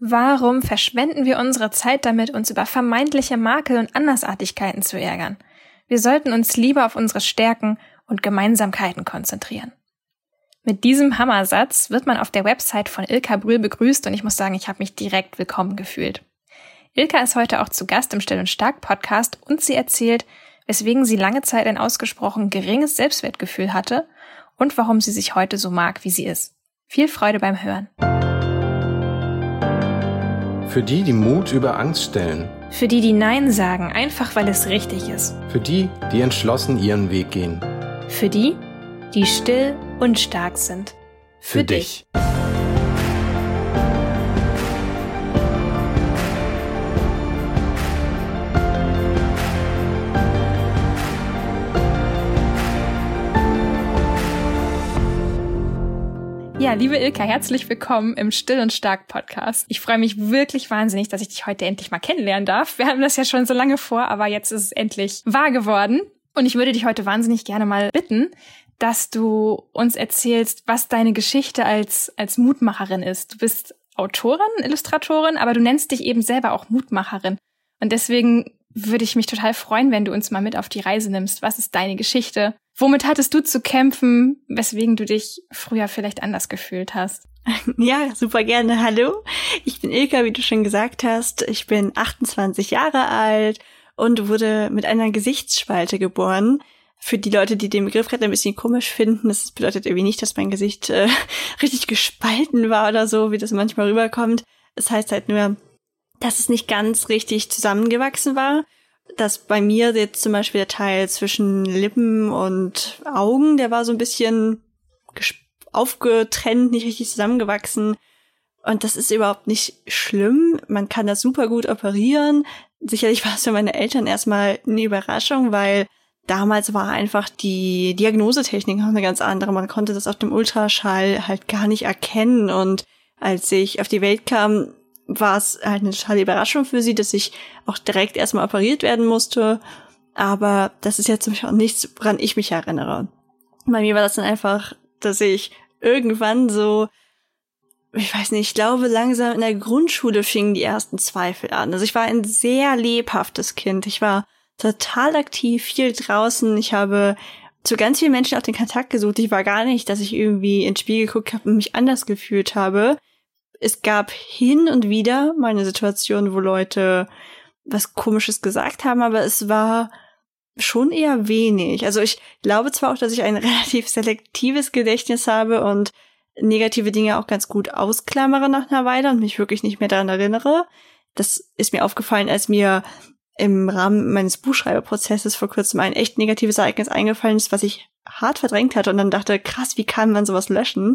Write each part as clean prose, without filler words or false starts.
Warum verschwenden wir unsere Zeit damit, uns über vermeintliche Makel und Andersartigkeiten zu ärgern? Wir sollten uns lieber auf unsere Stärken und Gemeinsamkeiten konzentrieren. Mit diesem Hammersatz wird man auf der Website von Ilka Brühl begrüßt und ich muss sagen, ich habe mich direkt willkommen gefühlt. Ilka ist heute auch zu Gast im Still und Stark Podcast und sie erzählt, weswegen sie lange Zeit ein ausgesprochen geringes Selbstwertgefühl hatte und warum sie sich heute so mag, wie sie ist. Viel Freude beim Hören. Für die, die Mut über Angst stellen. Für die, die Nein sagen, einfach weil es richtig ist. Für die, die entschlossen ihren Weg gehen. Für die, die still und stark sind. Für dich. Ja, liebe Ilka, herzlich willkommen im Still und Stark Podcast. Ich freue mich wirklich wahnsinnig, dass ich dich heute endlich mal kennenlernen darf. Wir haben das ja schon so lange vor, aber jetzt ist es endlich wahr geworden. Und ich würde dich heute wahnsinnig gerne mal bitten, dass du uns erzählst, was deine Geschichte als Mutmacherin ist. Du bist Autorin, Illustratorin, aber du nennst dich eben selber auch Mutmacherin. Und deswegen würde ich mich total freuen, wenn du uns mal mit auf die Reise nimmst. Was ist deine Geschichte? Womit hattest du zu kämpfen, weswegen du dich früher vielleicht anders gefühlt hast? Ja, super gerne. Hallo, ich bin Ilka, wie du schon gesagt hast. Ich bin 28 Jahre alt und wurde mit einer Gesichtsspalte geboren. Für die Leute, die den Begriff gerade ein bisschen komisch finden, das bedeutet irgendwie nicht, dass mein Gesicht richtig gespalten war oder so, wie das manchmal rüberkommt. Es heißt halt nur, dass es nicht ganz richtig zusammengewachsen war. Dass bei mir jetzt zum Beispiel der Teil zwischen Lippen und Augen, der war so ein bisschen aufgetrennt, nicht richtig zusammengewachsen. Und das ist überhaupt nicht schlimm. Man kann das super gut operieren. Sicherlich war es für meine Eltern erstmal eine Überraschung, weil damals war einfach die Diagnosetechnik noch eine ganz andere. Man konnte das auf dem Ultraschall halt gar nicht erkennen. Und als ich auf die Welt kam, war es halt eine totale Überraschung für sie, dass ich auch direkt erstmal operiert werden musste. Aber das ist jetzt zum Beispiel auch nichts, woran ich mich erinnere. Bei mir war das dann einfach, dass ich irgendwann so, ich weiß nicht, ich glaube langsam in der Grundschule fingen die ersten Zweifel an. Also ich war ein sehr lebhaftes Kind. Ich war total aktiv, viel draußen. Ich habe zu ganz vielen Menschen auch den Kontakt gesucht. Ich war gar nicht, dass ich irgendwie ins Spiegel geguckt habe und mich anders gefühlt habe. Es gab hin und wieder mal eine Situation, wo Leute was Komisches gesagt haben, aber es war schon eher wenig. Also ich glaube zwar auch, dass ich ein relativ selektives Gedächtnis habe und negative Dinge auch ganz gut ausklammere nach einer Weile und mich wirklich nicht mehr daran erinnere. Das ist mir aufgefallen, als mir im Rahmen meines Buchschreiberprozesses vor kurzem ein echt negatives Ereignis eingefallen ist, was ich hart verdrängt hatte und dann dachte, krass, wie kann man sowas löschen?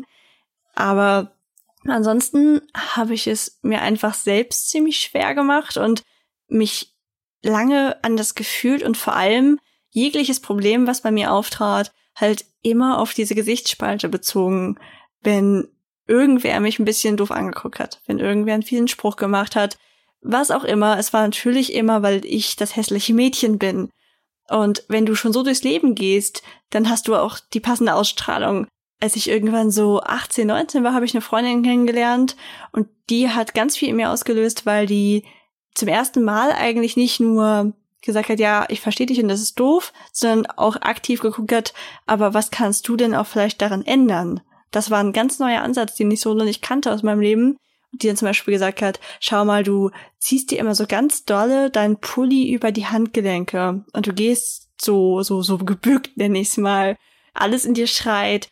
Aber ansonsten habe ich es mir einfach selbst ziemlich schwer gemacht und mich lange anders gefühlt und vor allem jegliches Problem, was bei mir auftrat, halt immer auf diese Gesichtsspalte bezogen, wenn irgendwer mich ein bisschen doof angeguckt hat, wenn irgendwer einen fiesen Spruch gemacht hat, was auch immer. Es war natürlich immer, weil ich das hässliche Mädchen bin. Und wenn du schon so durchs Leben gehst, dann hast du auch die passende Ausstrahlung. Als ich irgendwann so 18, 19 war, habe ich eine Freundin kennengelernt und die hat ganz viel in mir ausgelöst, weil die zum ersten Mal eigentlich nicht nur gesagt hat, ja, ich verstehe dich und das ist doof, sondern auch aktiv geguckt hat, aber was kannst du denn auch vielleicht daran ändern? Das war ein ganz neuer Ansatz, den ich so noch nicht kannte aus meinem Leben. Die dann zum Beispiel gesagt hat, schau mal, du ziehst dir immer so ganz dolle deinen Pulli über die Handgelenke und du gehst so gebückt, nenn ich's mal. Alles in dir schreit,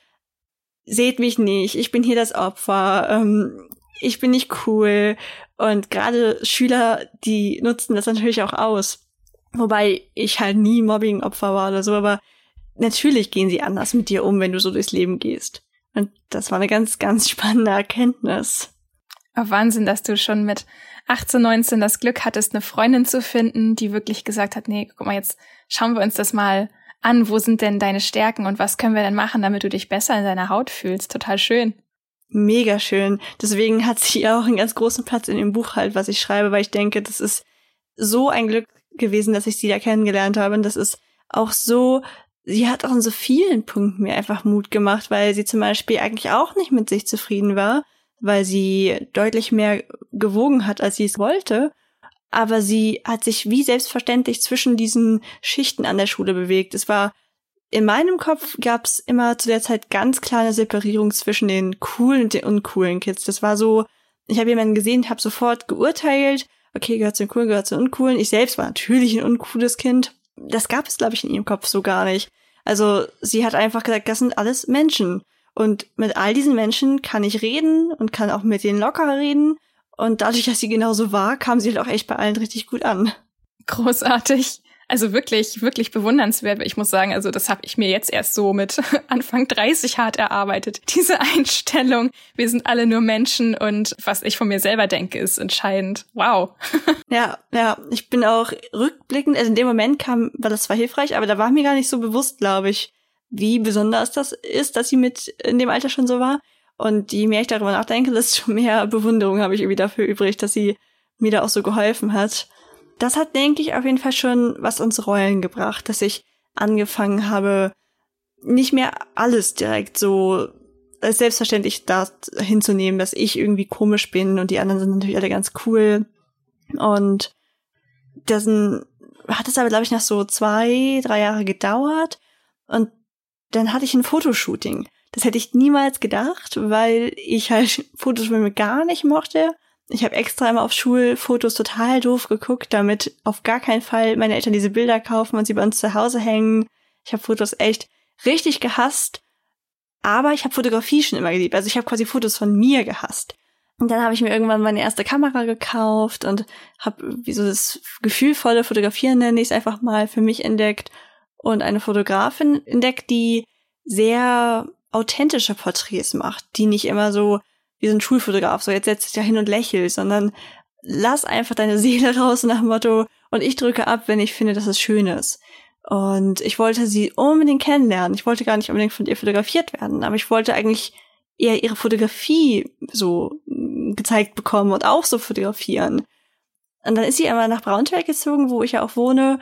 seht mich nicht, ich bin hier das Opfer, ich bin nicht cool. Und gerade Schüler, die nutzen das natürlich auch aus. Wobei ich halt nie Mobbing-Opfer war oder so, aber natürlich gehen sie anders mit dir um, wenn du so durchs Leben gehst. Und das war eine ganz, ganz spannende Erkenntnis. Oh, Wahnsinn, dass du schon mit 18, 19 das Glück hattest, eine Freundin zu finden, die wirklich gesagt hat, nee, guck mal, jetzt schauen wir uns das mal an, wo sind denn deine Stärken und was können wir denn machen, damit du dich besser in deiner Haut fühlst? Total schön. Mega schön. Deswegen hat sie auch einen ganz großen Platz in dem Buch halt, was ich schreibe, weil ich denke, das ist so ein Glück gewesen, dass ich sie da kennengelernt habe. Und das ist auch so, sie hat auch in so vielen Punkten mir einfach Mut gemacht, weil sie zum Beispiel eigentlich auch nicht mit sich zufrieden war. weil sie deutlich mehr gewogen hat, als sie es wollte. Aber sie hat sich wie selbstverständlich zwischen diesen Schichten an der Schule bewegt. Es war, in meinem Kopf gab es immer zu der Zeit ganz klar eine Separierung zwischen den coolen und den uncoolen Kids. Das war so, ich habe jemanden gesehen, habe sofort geurteilt, okay, gehört zu den coolen, gehört zu den uncoolen. Ich selbst war natürlich ein uncooles Kind. Das gab es, glaube ich, in ihrem Kopf so gar nicht. Also sie hat einfach gesagt, das sind alles Menschen. Und mit all diesen Menschen kann ich reden und kann auch mit denen locker reden. Und dadurch, dass sie genauso war, kam sie halt auch echt bei allen richtig gut an. Großartig. Also wirklich, wirklich bewundernswert. Ich muss sagen, also das habe ich mir jetzt erst so mit Anfang 30 hart erarbeitet. Diese Einstellung, wir sind alle nur Menschen und was ich von mir selber denke, ist entscheidend. Wow. Ja, ich bin auch rückblickend, also in dem Moment war das zwar hilfreich, aber da war mir gar nicht so bewusst, glaube ich, wie besonders das ist, dass sie mit in dem Alter schon so war. Und je mehr ich darüber nachdenke, desto mehr Bewunderung habe ich irgendwie dafür übrig, dass sie mir da auch so geholfen hat. Das hat, denke ich, auf jeden Fall schon was ins Rollen gebracht, dass ich angefangen habe, nicht mehr alles direkt so als selbstverständlich da hinzunehmen, dass ich irgendwie komisch bin und die anderen sind natürlich alle ganz cool. Und dann hat es aber, glaube ich, noch so 2-3 Jahre gedauert und dann hatte ich ein Fotoshooting. Das hätte ich niemals gedacht, weil ich halt Fotos von mir gar nicht mochte. Ich habe extra immer auf Schulfotos total doof geguckt, damit auf gar keinen Fall meine Eltern diese Bilder kaufen und sie bei uns zu Hause hängen. Ich habe Fotos echt richtig gehasst, aber ich habe Fotografie schon immer geliebt. Also ich habe quasi Fotos von mir gehasst. Und dann habe ich mir irgendwann meine erste Kamera gekauft und habe wie so das gefühlvolle Fotografieren, nenne ich es einfach mal, für mich entdeckt und eine Fotografin entdeckt, die sehr authentische Porträts macht, die nicht immer so wie so ein Schulfotograf, so jetzt setz dich da hin und lächel, sondern lass einfach deine Seele raus nach dem Motto und ich drücke ab, wenn ich finde, dass es schön ist. Und ich wollte sie unbedingt kennenlernen. Ich wollte gar nicht unbedingt von ihr fotografiert werden, aber ich wollte eigentlich eher ihre Fotografie so gezeigt bekommen und auch so fotografieren. Und dann ist sie einmal nach Braunschweig gezogen, wo ich ja auch wohne,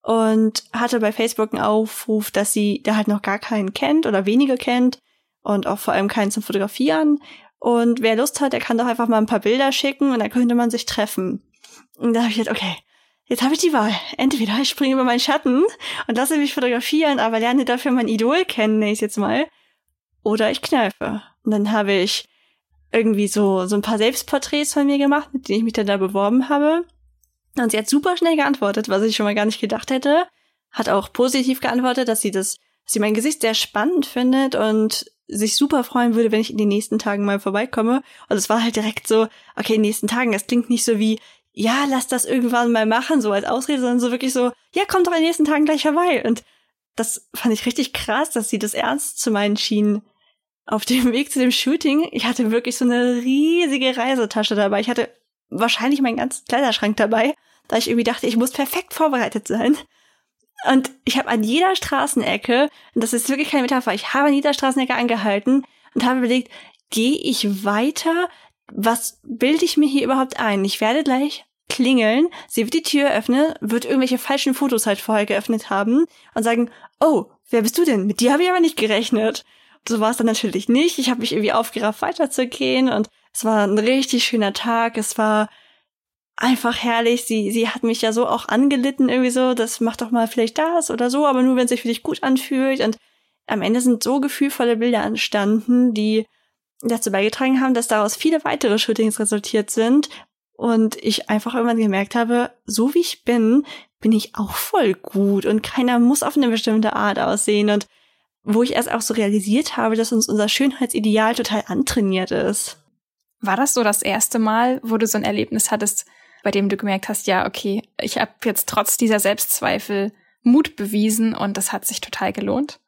und hatte bei Facebook einen Aufruf, dass sie da halt noch gar keinen kennt oder wenige kennt und auch vor allem keinen zum Fotografieren. Und wer Lust hat, der kann doch einfach mal ein paar Bilder schicken und dann könnte man sich treffen. Und da habe ich gedacht, okay, jetzt habe ich die Wahl. Entweder ich springe über meinen Schatten und lasse mich fotografieren, aber lerne dafür mein Idol kennen, nenne ich jetzt mal. Oder ich kneife. Und dann habe ich irgendwie so ein paar Selbstporträts von mir gemacht, mit denen ich mich dann da beworben habe. Und sie hat super schnell geantwortet, was ich schon mal gar nicht gedacht hätte. Hat auch positiv geantwortet, dass sie mein Gesicht sehr spannend findet und sich super freuen würde, wenn ich in den nächsten Tagen mal vorbeikomme. Und es war halt direkt so, okay, in den nächsten Tagen, das klingt nicht so wie, ja, lass das irgendwann mal machen, so als Ausrede, sondern so wirklich so, ja, komm doch in den nächsten Tagen gleich vorbei. Und das fand ich richtig krass, dass sie das ernst zu meinen schien. Auf dem Weg zu dem Shooting, ich hatte wirklich so eine riesige Reisetasche dabei. Ich hatte wahrscheinlich meinen ganzen Kleiderschrank dabei, da ich irgendwie dachte, ich muss perfekt vorbereitet sein. Und ich habe an jeder Straßenecke, und das ist wirklich keine Metapher, ich habe an jeder Straßenecke angehalten und habe überlegt, gehe ich weiter? Was bilde ich mir hier überhaupt ein? Ich werde gleich klingeln, sie wird die Tür öffnen, wird irgendwelche falschen Fotos halt vorher geöffnet haben und sagen, oh, wer bist du denn? Mit dir habe ich aber nicht gerechnet. So war es dann natürlich nicht. Ich habe mich irgendwie aufgerafft, weiterzugehen und es war ein richtig schöner Tag. Es war einfach herrlich. Sie hat mich ja so auch angelitten irgendwie so, das macht doch mal vielleicht das oder so, aber nur, wenn es sich für dich gut anfühlt. Und am Ende sind so gefühlvolle Bilder entstanden, die dazu beigetragen haben, dass daraus viele weitere Shootings resultiert sind. Und ich einfach irgendwann gemerkt habe, so wie ich bin ich auch voll gut und keiner muss auf eine bestimmte Art aussehen. Und wo ich erst auch so realisiert habe, dass uns unser Schönheitsideal total antrainiert ist. War das so das erste Mal, wo du so ein Erlebnis hattest, bei dem du gemerkt hast, ja, okay, ich habe jetzt trotz dieser Selbstzweifel Mut bewiesen und das hat sich total gelohnt?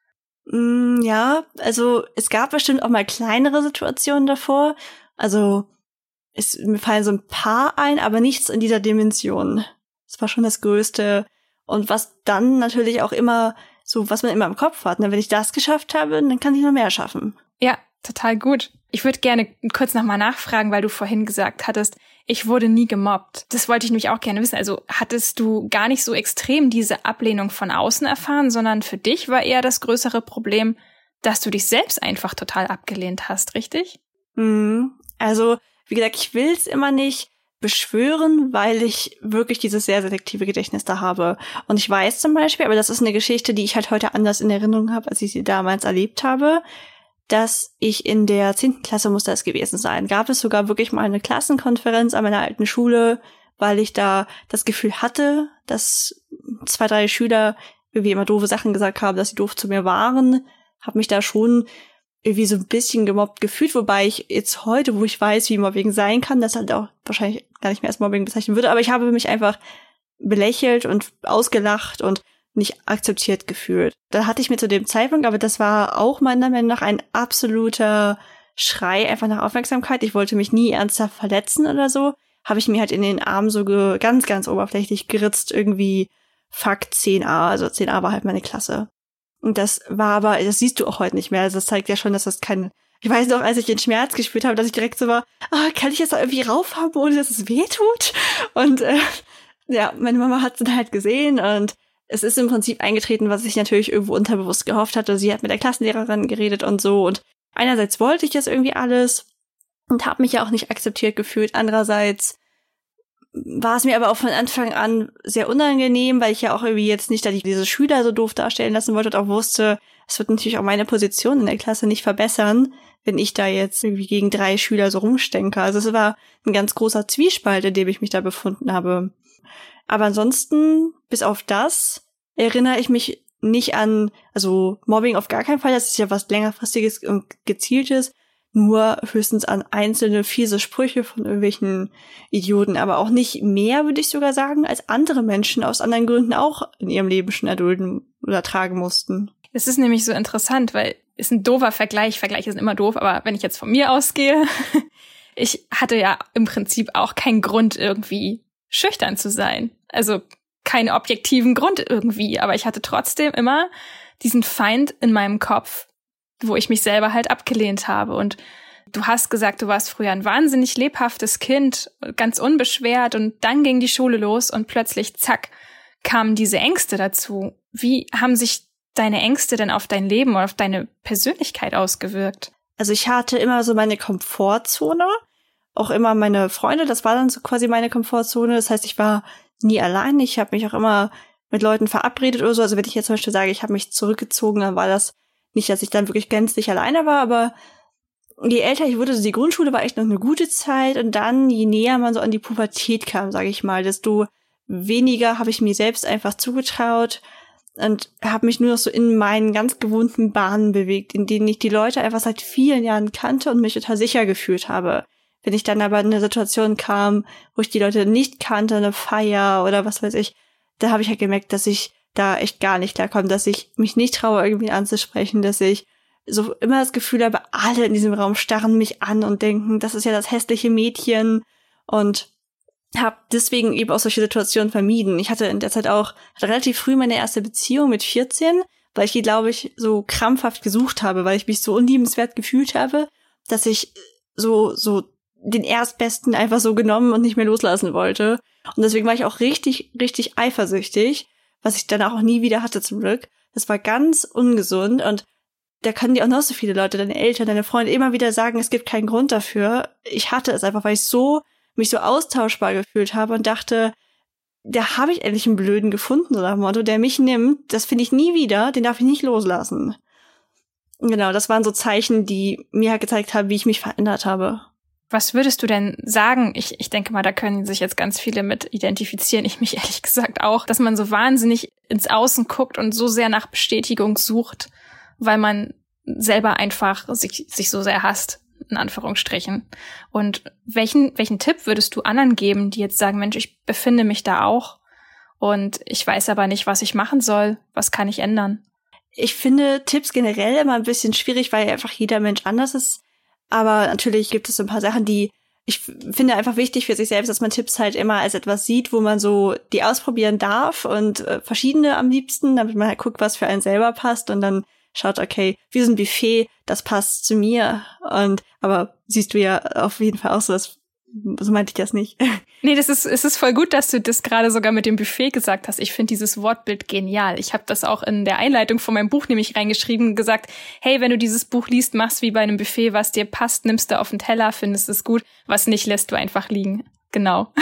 Ja, also es gab bestimmt auch mal kleinere Situationen davor. Also mir fallen so ein paar ein, aber nichts in dieser Dimension. Das war schon das Größte. Und was dann natürlich auch immer so, was man immer im Kopf hat. Ne? Wenn ich das geschafft habe, dann kann ich noch mehr schaffen. Ja, total gut. Ich würde gerne kurz nochmal nachfragen, weil du vorhin gesagt hattest, ich wurde nie gemobbt. Das wollte ich nämlich auch gerne wissen. Also hattest du gar nicht so extrem diese Ablehnung von außen erfahren, sondern für dich war eher das größere Problem, dass du dich selbst einfach total abgelehnt hast, richtig? Also, wie gesagt, ich will es immer nicht beschwören, weil ich wirklich dieses sehr selektive Gedächtnis da habe. Und ich weiß zum Beispiel, aber das ist eine Geschichte, die ich halt heute anders in Erinnerung habe, als ich sie damals erlebt habe, dass ich in der 10. Klasse musste es gewesen sein. Gab es sogar wirklich mal eine Klassenkonferenz an meiner alten Schule, weil ich da das Gefühl hatte, dass 2, 3 Schüler irgendwie immer doofe Sachen gesagt haben, dass sie doof zu mir waren. Habe mich da schon irgendwie so ein bisschen gemobbt gefühlt, wobei ich jetzt heute, wo ich weiß, wie Mobbing sein kann, das halt auch wahrscheinlich gar nicht mehr als Mobbing bezeichnen würde, aber ich habe mich einfach belächelt und ausgelacht und nicht akzeptiert gefühlt. Da hatte ich mir zu dem Zeitpunkt, aber das war auch meiner Meinung nach ein absoluter Schrei einfach nach Aufmerksamkeit. Ich wollte mich nie ernsthaft verletzen oder so. Habe ich mir halt in den Arm so ganz, ganz oberflächlich geritzt, irgendwie Fakt 10a, also 10a war halt meine Klasse. Und das war aber, das siehst du auch heute nicht mehr. Also das zeigt ja schon, dass das ich weiß noch, als ich den Schmerz gespürt habe, dass ich direkt so war, kann ich das da irgendwie raufhaben, ohne dass es weh tut? Und ja, meine Mama hat es dann halt gesehen und es ist im Prinzip eingetreten, was ich natürlich irgendwo unterbewusst gehofft hatte. Sie hat mit der Klassenlehrerin geredet und so. Und einerseits wollte ich das irgendwie alles und habe mich ja auch nicht akzeptiert gefühlt. Andererseits war es mir aber auch von Anfang an sehr unangenehm, weil ich ja auch irgendwie jetzt nicht, dass ich diese Schüler so doof darstellen lassen wollte und auch wusste, es wird natürlich auch meine Position in der Klasse nicht verbessern, wenn ich da jetzt irgendwie gegen 3 Schüler so rumstänke. Also es war ein ganz großer Zwiespalt, in dem ich mich da befunden habe. Aber ansonsten, bis auf das, erinnere ich mich nicht an, also Mobbing auf gar keinen Fall, das ist ja was längerfristiges und gezieltes, nur höchstens an einzelne fiese Sprüche von irgendwelchen Idioten, aber auch nicht mehr, würde ich sogar sagen, als andere Menschen aus anderen Gründen auch in ihrem Leben schon erdulden oder tragen mussten. Das ist nämlich so interessant, weil ist ein doofer Vergleich. Vergleiche sind immer doof, aber wenn ich jetzt von mir ausgehe, ich hatte ja im Prinzip auch keinen Grund, irgendwie schüchtern zu sein. Also keinen objektiven Grund irgendwie, aber ich hatte trotzdem immer diesen Feind in meinem Kopf, wo ich mich selber halt abgelehnt habe. Und du hast gesagt, du warst früher ein wahnsinnig lebhaftes Kind, ganz unbeschwert, und dann ging die Schule los und plötzlich, zack, kamen diese Ängste dazu. Wie haben sich deine Ängste denn auf dein Leben oder auf deine Persönlichkeit ausgewirkt? Also ich hatte immer so meine Komfortzone, auch immer meine Freunde, das war dann so quasi meine Komfortzone. Das heißt, ich war nie allein. Ich habe mich auch immer mit Leuten verabredet oder so. Also wenn ich jetzt zum Beispiel sage, ich habe mich zurückgezogen, dann war das nicht, dass ich dann wirklich gänzlich alleine war, aber je älter ich wurde, also die Grundschule war echt noch eine gute Zeit, und dann, je näher man so an die Pubertät kam, sage ich mal, desto weniger habe ich mir selbst einfach zugetraut und habe mich nur noch so in meinen ganz gewohnten Bahnen bewegt, in denen ich die Leute einfach seit vielen Jahren kannte und mich total sicher gefühlt habe. Wenn ich dann aber in eine Situation kam, wo ich die Leute nicht kannte, eine Feier oder was weiß ich, da habe ich halt gemerkt, dass ich da echt gar nicht klarkomme, dass ich mich nicht traue, irgendwie anzusprechen, dass ich so immer das Gefühl habe, alle in diesem Raum starren mich an und denken, das ist ja das hässliche Mädchen, und habe deswegen eben auch solche Situationen vermieden. Ich hatte in der Zeit auch relativ früh meine erste Beziehung mit 14, weil ich die, glaube ich, so krampfhaft gesucht habe, weil ich mich so unliebenswert gefühlt habe, dass ich so den Erstbesten einfach so genommen und nicht mehr loslassen wollte. Und deswegen war ich auch richtig, richtig eifersüchtig, was ich danach auch nie wieder hatte zum Glück. Das war ganz ungesund, und da können dir auch noch so viele Leute, deine Eltern, deine Freunde immer wieder sagen, es gibt keinen Grund dafür. Ich hatte es einfach, weil ich mich so austauschbar gefühlt habe und dachte, da habe ich endlich einen Blöden gefunden, so nach dem Motto, der mich nimmt, das finde ich nie wieder, den darf ich nicht loslassen. Genau, das waren so Zeichen, die mir halt gezeigt haben, wie ich mich verändert habe. Was würdest du denn sagen? Ich denke mal, da können sich jetzt ganz viele mit identifizieren. Ich mich ehrlich gesagt auch, dass man so wahnsinnig ins Außen guckt und so sehr nach Bestätigung sucht, weil man selber einfach sich so sehr hasst, in Anführungsstrichen. Und welchen Tipp würdest du anderen geben, die jetzt sagen, Mensch, ich befinde mich da auch und ich weiß aber nicht, was ich machen soll. Was kann ich ändern? Ich finde Tipps generell immer ein bisschen schwierig, weil einfach jeder Mensch anders ist. Aber natürlich gibt es so ein paar Sachen, die ich finde einfach wichtig für sich selbst, dass man Tipps halt immer als etwas sieht, wo man so die ausprobieren darf, und verschiedene am liebsten, damit man halt guckt, was für einen selber passt, und dann schaut, okay, wie so ein Buffet, das passt zu mir. Aber siehst du ja auf jeden Fall auch so, dass so meinte ich das nicht. Nee, es ist voll gut, dass du das gerade sogar mit dem Buffet gesagt hast. Ich finde dieses Wortbild genial. Ich habe das auch in der Einleitung von meinem Buch nämlich reingeschrieben und gesagt, hey, wenn du dieses Buch liest, machst wie bei einem Buffet, was dir passt, nimmst du auf den Teller, findest es gut, was nicht, lässt du einfach liegen. Genau.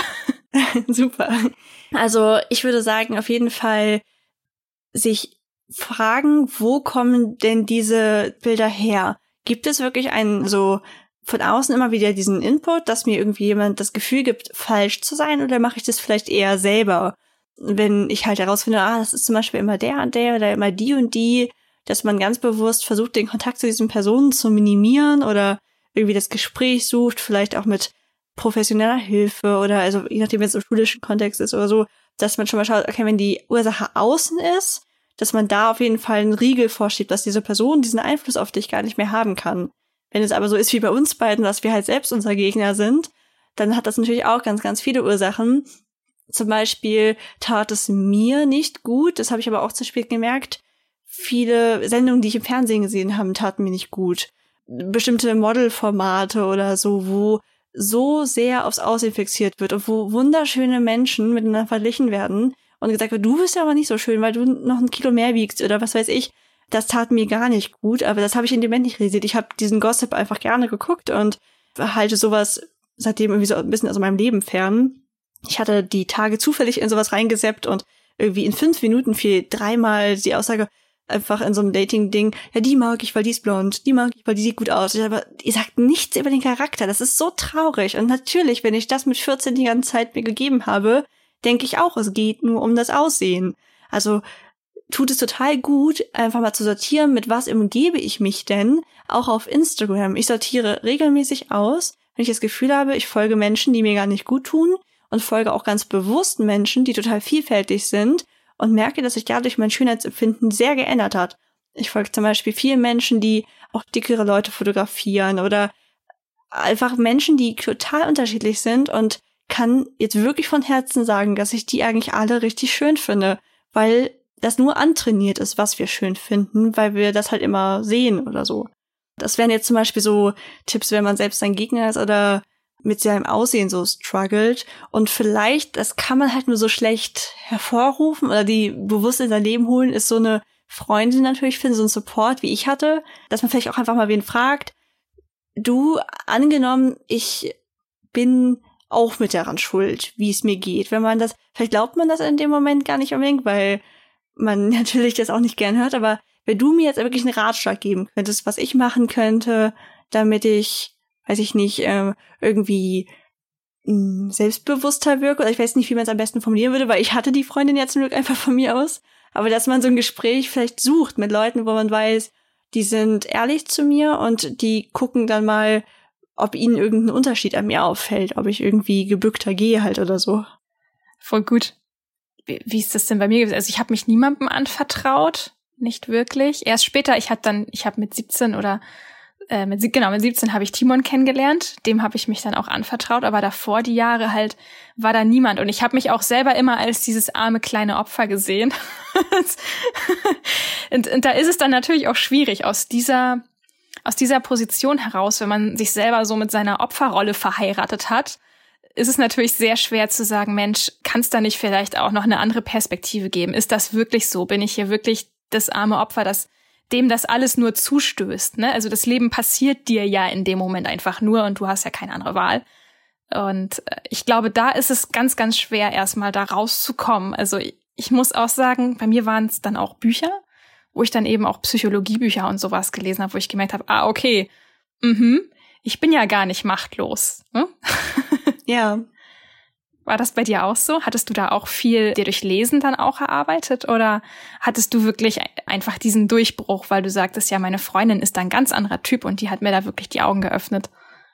Super. Also ich würde sagen, auf jeden Fall sich fragen, wo kommen denn diese Bilder her? Gibt es wirklich einen so von außen immer wieder diesen Input, dass mir irgendwie jemand das Gefühl gibt, falsch zu sein, oder mache ich das vielleicht eher selber? Wenn ich halt herausfinde, das ist zum Beispiel immer der und der oder immer die und die, dass man ganz bewusst versucht, den Kontakt zu diesen Personen zu minimieren oder irgendwie das Gespräch sucht, vielleicht auch mit professioneller Hilfe oder also je nachdem, wenn es im schulischen Kontext ist oder so, dass man schon mal schaut, okay, wenn die Ursache außen ist, dass man da auf jeden Fall einen Riegel vorschiebt, dass diese Person diesen Einfluss auf dich gar nicht mehr haben kann. Wenn es aber so ist wie bei uns beiden, dass wir halt selbst unser Gegner sind, dann hat das natürlich auch ganz, ganz viele Ursachen. Zum Beispiel tat es mir nicht gut, das habe ich aber auch zu spät gemerkt. Viele Sendungen, die ich im Fernsehen gesehen habe, taten mir nicht gut. Bestimmte Modelformate oder so, wo so sehr aufs Aussehen fixiert wird und wo wunderschöne Menschen miteinander verglichen werden und gesagt wird, du bist ja aber nicht so schön, weil du noch 1 Kilo mehr wiegst oder was weiß ich. Das tat mir gar nicht gut, aber das habe ich in dem Moment nicht realisiert. Ich habe diesen Gossip einfach gerne geguckt und halte sowas seitdem irgendwie so ein bisschen aus meinem Leben fern. Ich hatte die Tage zufällig in sowas reingesappt und irgendwie in 5 Minuten fiel 3-mal die Aussage einfach in so einem Dating-Ding, ja, die mag ich, weil die ist blond, die mag ich, weil die sieht gut aus. Aber ihr sagt nichts über den Charakter, das ist so traurig. Und natürlich, wenn ich das mit 14 die ganze Zeit mir gegeben habe, denke ich auch, es geht nur um das Aussehen. Also tut es total gut, einfach mal zu sortieren, mit was umgebe ich mich denn, auch auf Instagram. Ich sortiere regelmäßig aus, wenn ich das Gefühl habe, ich folge Menschen, die mir gar nicht gut tun und folge auch ganz bewusst Menschen, die total vielfältig sind und merke, dass sich dadurch mein Schönheitsempfinden sehr geändert hat. Ich folge zum Beispiel vielen Menschen, die auch dickere Leute fotografieren oder einfach Menschen, die total unterschiedlich sind und kann jetzt wirklich von Herzen sagen, dass ich die eigentlich alle richtig schön finde, weil das nur antrainiert ist, was wir schön finden, weil wir das halt immer sehen oder so. Das wären jetzt zum Beispiel so Tipps, wenn man selbst ein Gegner ist oder mit seinem Aussehen so struggelt. Und vielleicht, das kann man halt nur so schlecht hervorrufen oder die bewusst in sein Leben holen, ist so eine Freundin natürlich finden, so ein Support, wie ich hatte, dass man vielleicht auch einfach mal wen fragt, du, angenommen, ich bin auch mit daran schuld, wie es mir geht. Wenn man das, vielleicht glaubt man das in dem Moment gar nicht unbedingt, weil man natürlich das auch nicht gern hört, aber wenn du mir jetzt wirklich einen Ratschlag geben könntest, was ich machen könnte, damit ich, weiß ich nicht, irgendwie selbstbewusster wirke, oder ich weiß nicht, wie man es am besten formulieren würde, weil ich hatte die Freundin ja zum Glück einfach von mir aus, aber dass man so ein Gespräch vielleicht sucht mit Leuten, wo man weiß, die sind ehrlich zu mir und die gucken dann mal, ob ihnen irgendein Unterschied an mir auffällt, ob ich irgendwie gebückter gehe halt oder so. Voll gut. Wie ist das denn bei mir gewesen? Also ich habe mich niemandem anvertraut, nicht wirklich. Erst später, ich habe mit 17 oder mit 17 habe ich Timon kennengelernt. Dem habe ich mich dann auch anvertraut, aber davor die Jahre halt war da niemand. Und ich habe mich auch selber immer als dieses arme kleine Opfer gesehen. und da ist es dann natürlich auch schwierig aus dieser Position heraus, wenn man sich selber so mit seiner Opferrolle verheiratet hat, ist es natürlich sehr schwer zu sagen, Mensch, kann es da nicht vielleicht auch noch eine andere Perspektive geben? Ist das wirklich so? Bin ich hier wirklich das arme Opfer, dem das alles nur zustößt? Ne? Also das Leben passiert dir ja in dem Moment einfach nur und du hast ja keine andere Wahl. Und ich glaube, da ist es ganz, ganz schwer, erstmal da rauszukommen. Also ich muss auch sagen, bei mir waren es dann auch Bücher, wo ich dann eben auch Psychologiebücher und sowas gelesen habe, wo ich gemerkt habe, okay, ich bin ja gar nicht machtlos. Ne? Ja. War das bei dir auch so? Hattest du da auch viel dir durch Lesen dann auch erarbeitet? Oder hattest du wirklich einfach diesen Durchbruch, weil du sagtest, ja, meine Freundin ist da ein ganz anderer Typ und die hat mir da wirklich die Augen geöffnet?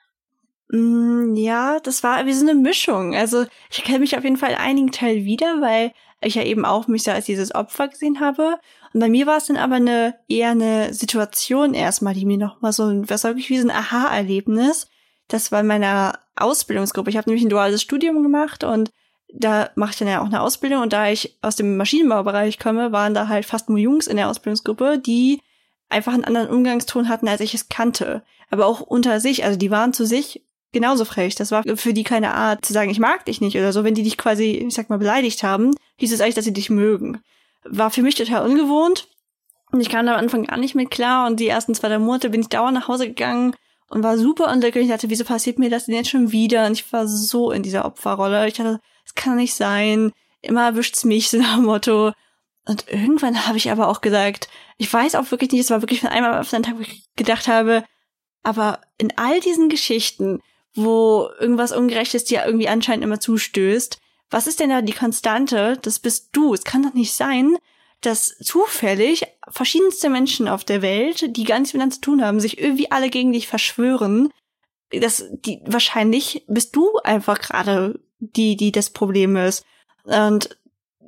Ja, das war wie so eine Mischung. Also ich kenne mich auf jeden Fall in einigen Teilen wieder, weil ich ja eben auch mich da als dieses Opfer gesehen habe. Und bei mir war es dann aber eher eine Situation erstmal, die mir nochmal was sag ich, wie so ein Aha-Erlebnis. Das war in meiner Ausbildungsgruppe. Ich habe nämlich ein duales Studium gemacht und da mache ich dann ja auch eine Ausbildung. Und da ich aus dem Maschinenbaubereich komme, waren da halt fast nur Jungs in der Ausbildungsgruppe, die einfach einen anderen Umgangston hatten, als ich es kannte. Aber auch unter sich, also die waren zu sich genauso frech. Das war für die keine Art zu sagen, ich mag dich nicht oder so. Wenn die dich quasi, ich sag mal, beleidigt haben, hieß es eigentlich, dass sie dich mögen. War für mich total ungewohnt. Und ich kam da am Anfang gar nicht mit klar. Und die ersten 2-3 Monate bin ich dauernd nach Hause gegangen und war super unglücklich. Ich dachte, wieso passiert mir das denn jetzt schon wieder? Und ich war so in dieser Opferrolle. Ich dachte, das kann nicht sein. Immer erwischt's mich, so nach dem Motto. Und irgendwann habe ich aber auch gesagt, ich weiß auch wirklich nicht, es war wirklich von einem auf den Tag, wo ich gedacht habe, aber in all diesen Geschichten, wo irgendwas Ungerechtes dir irgendwie anscheinend immer zustößt, was ist denn da die Konstante? Das bist du. Es kann doch nicht sein, dass zufällig verschiedenste Menschen auf der Welt, die gar nichts miteinander zu tun haben, sich irgendwie alle gegen dich verschwören. Wahrscheinlich bist du einfach gerade die das Problem ist. Und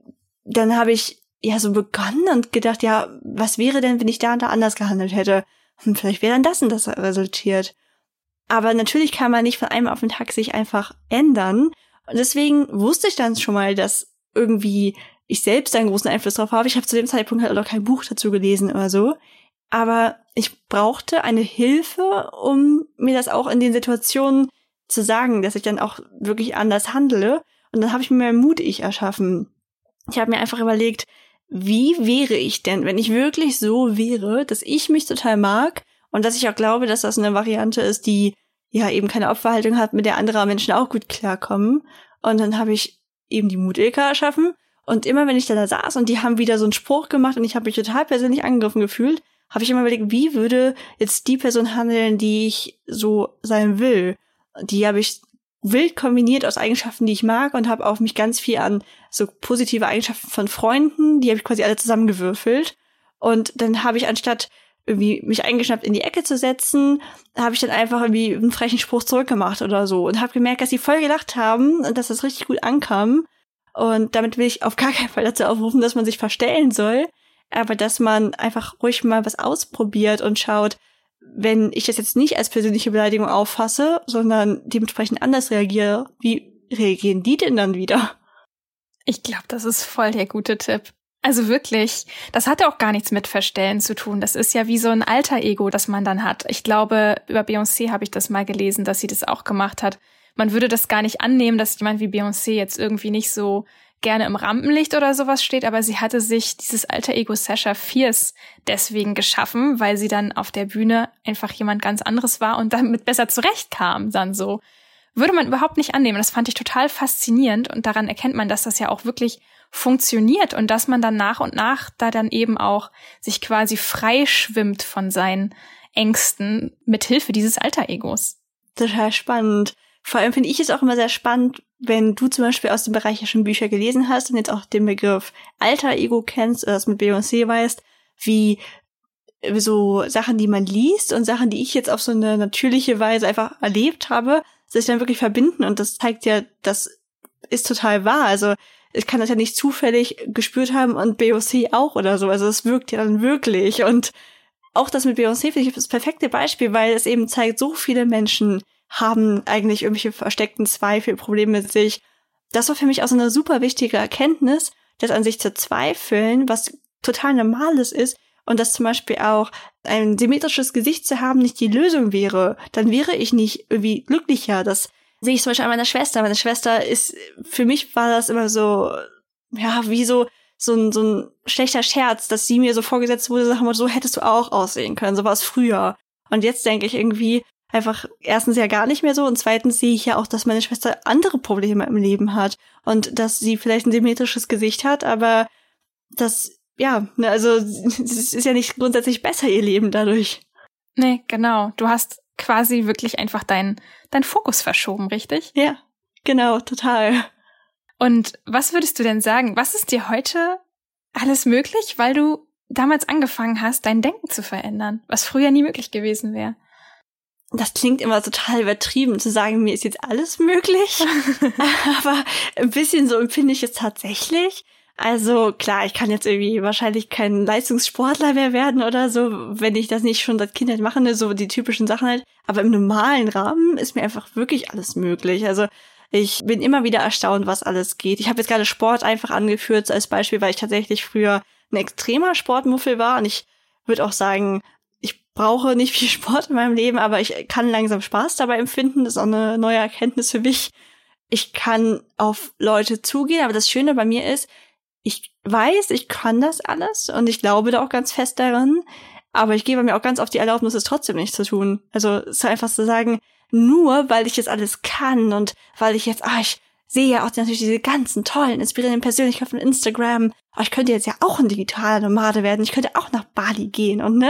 dann habe ich so begonnen und gedacht, ja, was wäre denn, wenn ich da und da anders gehandelt hätte? Vielleicht wäre dann das und das resultiert. Aber natürlich kann man nicht von einem auf den Tag sich einfach ändern. Und deswegen wusste ich dann schon mal, dass irgendwie ich selbst einen großen Einfluss drauf habe. Ich habe zu dem Zeitpunkt halt auch noch kein Buch dazu gelesen oder so. Aber ich brauchte eine Hilfe, um mir das auch in den Situationen zu sagen, dass ich dann auch wirklich anders handle. Und dann habe ich mir mein Mut-Ich erschaffen. Ich habe mir einfach überlegt, wie wäre ich denn, wenn ich wirklich so wäre, dass ich mich total mag und dass ich auch glaube, dass das eine Variante ist, die ja eben keine Opferhaltung hat, mit der andere Menschen auch gut klarkommen. Und dann habe ich eben die Mut-Ilka erschaffen. Und immer, wenn ich da saß und die haben wieder so einen Spruch gemacht und ich habe mich total persönlich angegriffen gefühlt, habe ich immer überlegt, wie würde jetzt die Person handeln, die ich so sein will. Die habe ich wild kombiniert aus Eigenschaften, die ich mag und habe auch mich ganz viel an so positive Eigenschaften von Freunden, die habe ich quasi alle zusammengewürfelt. Und dann habe ich, anstatt irgendwie mich eingeschnappt in die Ecke zu setzen, habe ich dann einfach irgendwie einen frechen Spruch zurückgemacht oder so und habe gemerkt, dass die voll gelacht haben und dass das richtig gut ankam. Und damit will ich auf gar keinen Fall dazu aufrufen, dass man sich verstellen soll, aber dass man einfach ruhig mal was ausprobiert und schaut, wenn ich das jetzt nicht als persönliche Beleidigung auffasse, sondern dementsprechend anders reagiere, wie reagieren die denn dann wieder? Ich glaube, das ist voll der gute Tipp. Also wirklich, das hat auch gar nichts mit Verstellen zu tun. Das ist ja wie so ein Alter-Ego, das man dann hat. Ich glaube, über Beyoncé habe ich das mal gelesen, dass sie das auch gemacht hat. Man würde das gar nicht annehmen, dass jemand wie Beyoncé jetzt irgendwie nicht so gerne im Rampenlicht oder sowas steht, aber sie hatte sich dieses Alter-Ego Sasha Fierce deswegen geschaffen, weil sie dann auf der Bühne einfach jemand ganz anderes war und damit besser zurechtkam dann so. Würde man überhaupt nicht annehmen. Das fand ich total faszinierend und daran erkennt man, dass das ja auch wirklich funktioniert und dass man dann nach und nach da dann eben auch sich quasi freischwimmt von seinen Ängsten mit Hilfe dieses Alter-Egos. Total spannend. Vor allem finde ich es auch immer sehr spannend, wenn du zum Beispiel aus dem Bereich ja schon Bücher gelesen hast und jetzt auch den Begriff Alter-Ego kennst oder das mit Beyoncé weißt, wie so Sachen, die man liest und Sachen, die ich jetzt auf so eine natürliche Weise einfach erlebt habe, sich dann wirklich verbinden und das zeigt ja, das ist total wahr. Also ich kann das ja nicht zufällig gespürt haben und Beyoncé auch oder so. Also es wirkt ja dann wirklich. Und auch das mit Beyoncé finde ich das perfekte Beispiel, weil es eben zeigt, so viele Menschen haben eigentlich irgendwelche versteckten Zweifel, Probleme mit sich. Das war für mich auch so eine super wichtige Erkenntnis, dass an sich zu zweifeln, was total Normales ist und dass zum Beispiel auch ein symmetrisches Gesicht zu haben nicht die Lösung wäre. Dann wäre ich nicht irgendwie glücklicher. Das sehe ich zum Beispiel an meiner Schwester. Meine Schwester ist, für mich war das immer so, ja, wie so ein schlechter Scherz, dass sie mir so vorgesetzt wurde, so hättest du auch aussehen können, so war es früher. Und jetzt denke ich irgendwie einfach erstens ja gar nicht mehr so und zweitens sehe ich ja auch, dass meine Schwester andere Probleme im Leben hat und dass sie vielleicht ein symmetrisches Gesicht hat, aber das, ja, also es ist ja nicht grundsätzlich besser, ihr Leben dadurch. Nee, genau. Du hast quasi wirklich einfach deinen Fokus verschoben, richtig? Ja, genau, total. Und was würdest du denn sagen? Was ist dir heute alles möglich, weil du damals angefangen hast, dein Denken zu verändern, was früher nie möglich gewesen wäre? Das klingt immer total übertrieben, zu sagen, mir ist jetzt alles möglich. Aber ein bisschen so empfinde ich es tatsächlich. Also klar, ich kann jetzt irgendwie wahrscheinlich kein Leistungssportler mehr werden oder so, wenn ich das nicht schon seit Kindheit mache, ne, so die typischen Sachen halt. Aber im normalen Rahmen ist mir einfach wirklich alles möglich. Also ich bin immer wieder erstaunt, was alles geht. Ich habe jetzt gerade Sport einfach angeführt als Beispiel, weil ich tatsächlich früher ein extremer Sportmuffel war. Und ich würde auch sagen, ich brauche nicht viel Sport in meinem Leben, aber ich kann langsam Spaß dabei empfinden. Das ist auch eine neue Erkenntnis für mich. Ich kann auf Leute zugehen, aber das Schöne bei mir ist, ich weiß, ich kann das alles und ich glaube da auch ganz fest daran, aber ich gebe mir auch ganz oft die Erlaubnis, es trotzdem nicht zu tun. Also es ist einfach zu sagen, nur weil ich das alles kann und weil ich jetzt, ich sehe ja auch natürlich diese ganzen tollen, inspirierenden Persönlichkeiten von Instagram, ich könnte jetzt ja auch ein digitaler Nomade werden, ich könnte auch nach Bali gehen und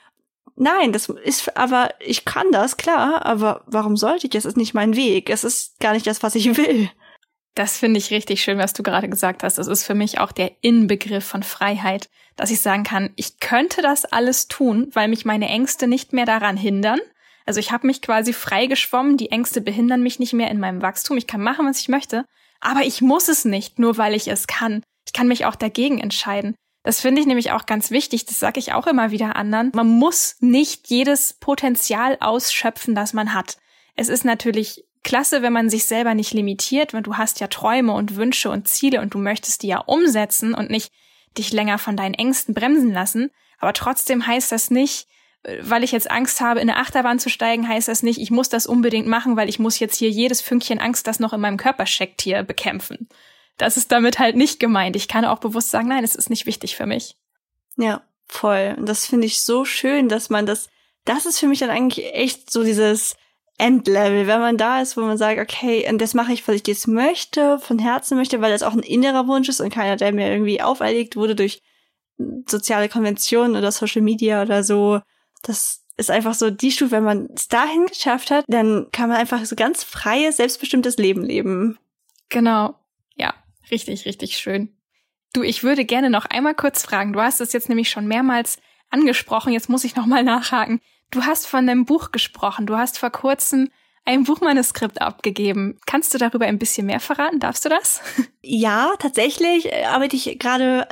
Nein, das ist, aber ich kann das, klar, aber warum sollte ich? Das ist nicht mein Weg. Es ist gar nicht das, was ich will. Das finde ich richtig schön, was du gerade gesagt hast. Das ist für mich auch der Inbegriff von Freiheit, dass ich sagen kann, ich könnte das alles tun, weil mich meine Ängste nicht mehr daran hindern. Also ich habe mich quasi frei geschwommen, die Ängste behindern mich nicht mehr in meinem Wachstum. Ich kann machen, was ich möchte, aber ich muss es nicht, nur weil ich es kann. Ich kann mich auch dagegen entscheiden. Das finde ich nämlich auch ganz wichtig, das sage ich auch immer wieder anderen. Man muss nicht jedes Potenzial ausschöpfen, das man hat. Es ist natürlich klasse, wenn man sich selber nicht limitiert, weil du hast ja Träume und Wünsche und Ziele und du möchtest die ja umsetzen und nicht dich länger von deinen Ängsten bremsen lassen. Aber trotzdem heißt das nicht, weil ich jetzt Angst habe, in eine Achterbahn zu steigen, heißt das nicht, ich muss das unbedingt machen, weil ich muss jetzt hier jedes Fünkchen Angst, das noch in meinem Körper steckt, hier bekämpfen. Das ist damit halt nicht gemeint. Ich kann auch bewusst sagen, nein, es ist nicht wichtig für mich. Ja, voll. Und das finde ich so schön, dass man das ist für mich dann eigentlich echt so dieses Endlevel, wenn man da ist, wo man sagt, okay, und das mache ich, weil ich das möchte, von Herzen möchte, weil das auch ein innerer Wunsch ist und keiner, der mir irgendwie auferlegt wurde durch soziale Konventionen oder Social Media oder so. Das ist einfach so die Stufe, wenn man es dahin geschafft hat, dann kann man einfach so ganz freies, selbstbestimmtes Leben leben. Genau. Ja, richtig, richtig schön. Du, ich würde gerne noch einmal kurz fragen. Du hast es jetzt nämlich schon mehrmals angesprochen. Jetzt muss ich noch mal nachhaken. Du hast von einem Buch gesprochen. Du hast vor kurzem ein Buchmanuskript abgegeben. Kannst du darüber ein bisschen mehr verraten? Darfst du das? Ja, tatsächlich arbeite ich gerade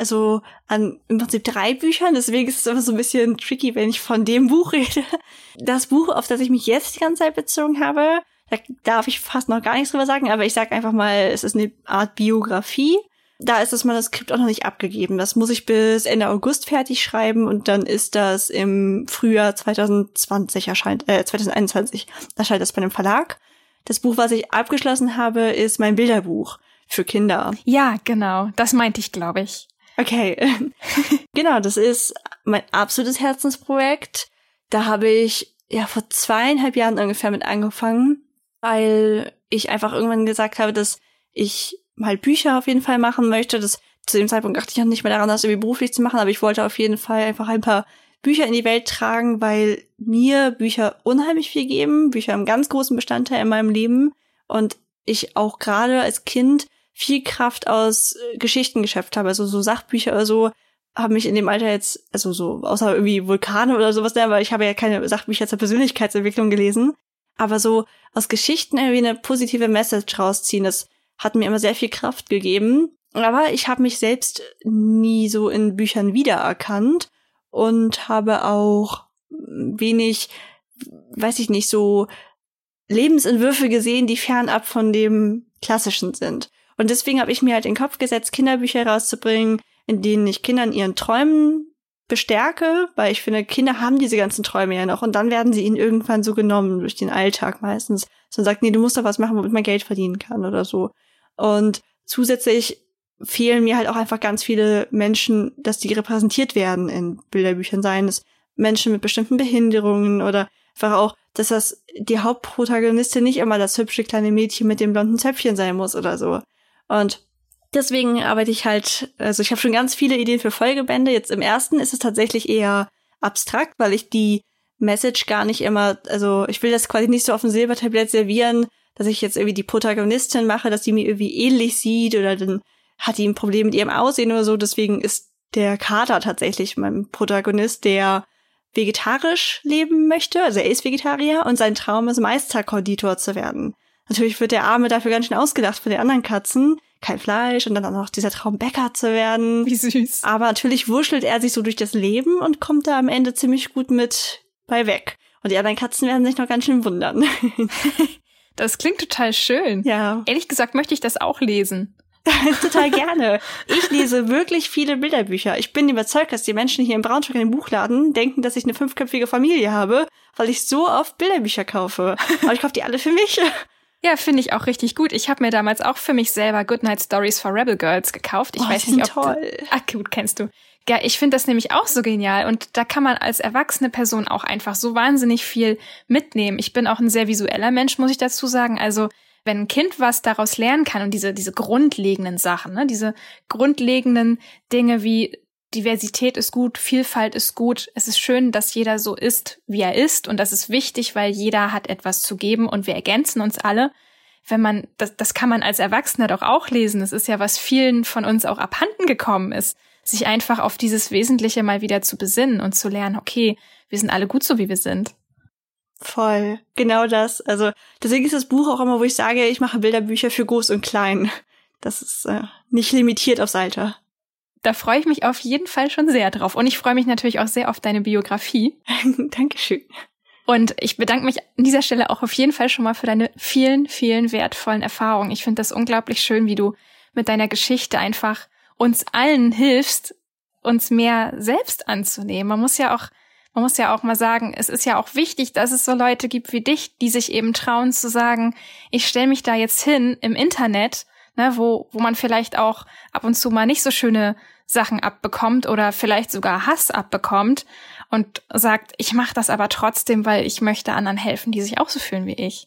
an im Prinzip 3 Büchern. Deswegen ist es immer so ein bisschen tricky, wenn ich von dem Buch rede. Das Buch, auf das ich mich jetzt die ganze Zeit bezogen habe, da darf ich fast noch gar nichts drüber sagen, aber ich sage einfach mal, es ist eine Art Biografie. Da ist das Manuskript auch noch nicht abgegeben. Das muss ich bis Ende August fertig schreiben und dann ist das im Frühjahr 2021 erscheint das bei einem Verlag. Das Buch, was ich abgeschlossen habe, ist mein Bilderbuch für Kinder. Ja, genau. Das meinte ich, glaube ich. Okay. Genau, das ist mein absolutes Herzensprojekt. Da habe ich vor 2,5 Jahren ungefähr mit angefangen, weil ich einfach irgendwann gesagt habe, dass ich halt Bücher auf jeden Fall machen möchte. Zu dem Zeitpunkt dachte ich noch nicht mehr daran, das irgendwie beruflich zu machen, aber ich wollte auf jeden Fall einfach ein paar Bücher in die Welt tragen, weil mir Bücher unheimlich viel geben. Bücher haben einen ganz großen Bestandteil in meinem Leben und ich auch gerade als Kind viel Kraft aus Geschichten geschöpft habe. Also so Sachbücher oder so haben mich in dem Alter jetzt, also so außer irgendwie Vulkane oder sowas, aber ich habe ja keine Sachbücher zur Persönlichkeitsentwicklung gelesen. Aber so aus Geschichten irgendwie eine positive Message rausziehen, das hat mir immer sehr viel Kraft gegeben. Aber ich habe mich selbst nie so in Büchern wiedererkannt und habe auch wenig, weiß ich nicht, so Lebensentwürfe gesehen, die fernab von dem Klassischen sind. Und deswegen habe ich mir halt in den Kopf gesetzt, Kinderbücher rauszubringen, in denen ich Kinder in ihren Träumen bestärke, weil ich finde, Kinder haben diese ganzen Träume ja noch und dann werden sie ihnen irgendwann so genommen durch den Alltag meistens. So sagt, nee, du musst doch was machen, womit man Geld verdienen kann oder so. Und zusätzlich fehlen mir halt auch einfach ganz viele Menschen, dass die repräsentiert werden in Bilderbüchern, seien es Menschen mit bestimmten Behinderungen oder einfach auch, dass das die Hauptprotagonistin nicht immer das hübsche kleine Mädchen mit dem blonden Zöpfchen sein muss oder so. Und deswegen arbeite ich halt, also ich habe schon ganz viele Ideen für Folgebände. Jetzt im ersten ist es tatsächlich eher abstrakt, weil ich die Message gar nicht immer, also ich will das quasi nicht so auf dem Silbertablett servieren, dass ich jetzt irgendwie die Protagonistin mache, dass die mir irgendwie ähnlich sieht oder dann hat die ein Problem mit ihrem Aussehen oder so. Deswegen ist der Kater tatsächlich mein Protagonist, der vegetarisch leben möchte. Also er ist Vegetarier und sein Traum ist, Meisterkonditor zu werden. Natürlich wird der Arme dafür ganz schön ausgedacht von den anderen Katzen. Kein Fleisch und dann auch noch dieser Traum, Bäcker zu werden. Wie süß. Aber natürlich wurschtelt er sich so durch das Leben und kommt da am Ende ziemlich gut mit bei weg. Und die anderen Katzen werden sich noch ganz schön wundern. Das klingt total schön. Ja. Ehrlich gesagt möchte ich das auch lesen. Total gerne. Ich lese wirklich viele Bilderbücher. Ich bin überzeugt, dass die Menschen hier in Braunschweig in dem Buchladen denken, dass ich eine 5-köpfige Familie habe, weil ich so oft Bilderbücher kaufe. Aber ich kaufe die alle für mich. Ja, finde ich auch richtig gut. Ich habe mir damals auch für mich selber Goodnight Stories for Rebel Girls gekauft. Ich weiß nicht, ob toll. Gut, kennst du. Ja, ich finde das nämlich auch so genial. Und da kann man als erwachsene Person auch einfach so wahnsinnig viel mitnehmen. Ich bin auch ein sehr visueller Mensch, muss ich dazu sagen. Also wenn ein Kind was daraus lernen kann und diese grundlegenden Sachen, ne, diese grundlegenden Dinge wie Diversität ist gut, Vielfalt ist gut, es ist schön, dass jeder so ist, wie er ist, und das ist wichtig, weil jeder hat etwas zu geben und wir ergänzen uns alle. Wenn man, das kann man als Erwachsener doch auch lesen. Das ist ja, was vielen von uns auch abhanden gekommen ist, sich einfach auf dieses Wesentliche mal wieder zu besinnen und zu lernen, okay, wir sind alle gut so, wie wir sind. Voll, genau das. Also deswegen ist das Buch auch immer, wo ich sage, ich mache Bilderbücher für groß und klein. Das ist nicht limitiert aufs Alter. Da freue ich mich auf jeden Fall schon sehr drauf. Und ich freue mich natürlich auch sehr auf deine Biografie. Dankeschön. Und ich bedanke mich an dieser Stelle auch auf jeden Fall schon mal für deine vielen, vielen wertvollen Erfahrungen. Ich finde das unglaublich schön, wie du mit deiner Geschichte einfach uns allen hilfst, uns mehr selbst anzunehmen. Man muss ja auch mal sagen, es ist ja auch wichtig, dass es so Leute gibt wie dich, die sich eben trauen zu sagen, ich stelle mich da jetzt hin im Internet, ne, wo man vielleicht auch ab und zu mal nicht so schöne Sachen abbekommt oder vielleicht sogar Hass abbekommt und sagt, ich mache das aber trotzdem, weil ich möchte anderen helfen, die sich auch so fühlen wie ich.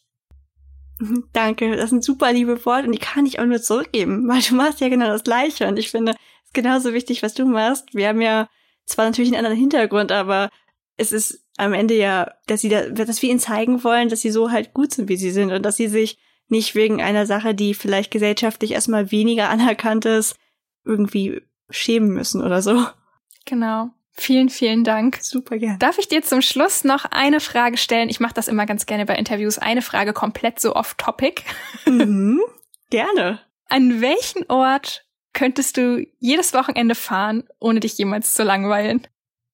Danke, das ist ein super liebe Wort und die kann ich auch nur zurückgeben, weil du machst ja genau das Gleiche und ich finde, es ist genauso wichtig, was du machst. Wir haben ja zwar natürlich einen anderen Hintergrund, aber es ist am Ende ja, dass wir ihnen zeigen wollen, dass sie so halt gut sind, wie sie sind und dass sie sich nicht wegen einer Sache, die vielleicht gesellschaftlich erstmal weniger anerkannt ist, irgendwie schämen müssen oder so. Genau. Vielen, vielen Dank. Super gerne. Darf ich dir zum Schluss noch eine Frage stellen? Ich mache das immer ganz gerne bei Interviews. Eine Frage komplett so off-topic. Gerne. An welchen Ort könntest du jedes Wochenende fahren, ohne dich jemals zu langweilen?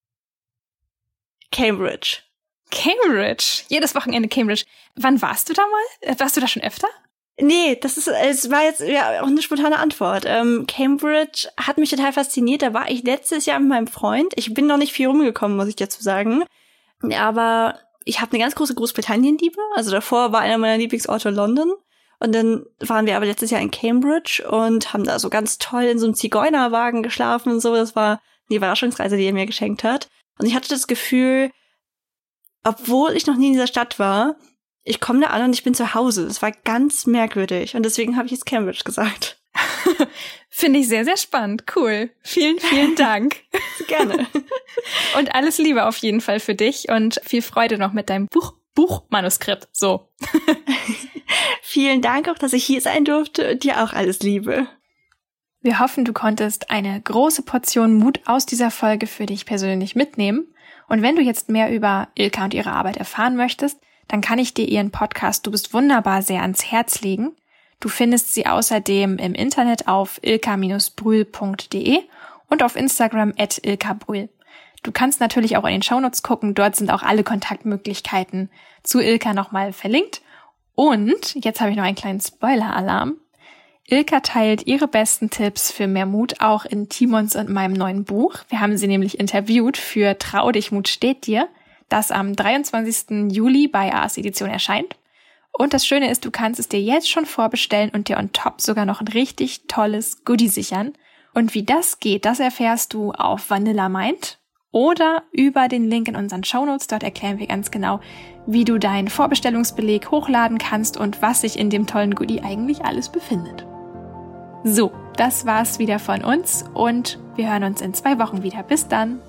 Cambridge. Cambridge. Jedes Wochenende Cambridge. Wann warst du da mal? Warst du da schon öfter? Nee, es war jetzt ja auch eine spontane Antwort. Cambridge hat mich total fasziniert. Da war ich letztes Jahr mit meinem Freund. Ich bin noch nicht viel rumgekommen, muss ich dazu sagen. Aber ich habe eine ganz große Großbritannien-Liebe. Also davor war einer meiner Lieblingsorte London. Und dann waren wir aber letztes Jahr in Cambridge und haben da so ganz toll in so einem Zigeunerwagen geschlafen und so. Das war die Überraschungsreise, die er mir geschenkt hat. Und ich hatte das Gefühl, obwohl ich noch nie in dieser Stadt war, ich komme da an und ich bin zu Hause. Das war ganz merkwürdig. Und deswegen habe ich jetzt Cambridge gesagt. Finde ich sehr, sehr spannend. Cool. Vielen, vielen Dank. Gerne. Und alles Liebe auf jeden Fall für dich und viel Freude noch mit deinem Buchmanuskript. So. Vielen Dank auch, dass ich hier sein durfte und dir auch alles Liebe. Wir hoffen, du konntest eine große Portion Mut aus dieser Folge für dich persönlich mitnehmen. Und wenn du jetzt mehr über Ilka und ihre Arbeit erfahren möchtest, dann kann ich dir ihren Podcast Du bist wunderbar sehr ans Herz legen. Du findest sie außerdem im Internet auf ilka-brühl.de und auf Instagram @ilkabrühl. Du kannst natürlich auch in den Shownotes gucken, dort sind auch alle Kontaktmöglichkeiten zu Ilka nochmal verlinkt. Und jetzt habe ich noch einen kleinen Spoiler-Alarm. Ilka teilt ihre besten Tipps für mehr Mut auch in Timons und meinem neuen Buch. Wir haben sie nämlich interviewt für Trau dich, Mut steht dir, das am 23. Juli bei Ars Edition erscheint. Und das Schöne ist, du kannst es dir jetzt schon vorbestellen und dir on top sogar noch ein richtig tolles Goodie sichern. Und wie das geht, das erfährst du auf Vanilla Mind oder über den Link in unseren Shownotes. Dort erklären wir ganz genau, wie du deinen Vorbestellungsbeleg hochladen kannst und was sich in dem tollen Goodie eigentlich alles befindet. So, das war's wieder von uns und wir hören uns in 2 Wochen wieder. Bis dann!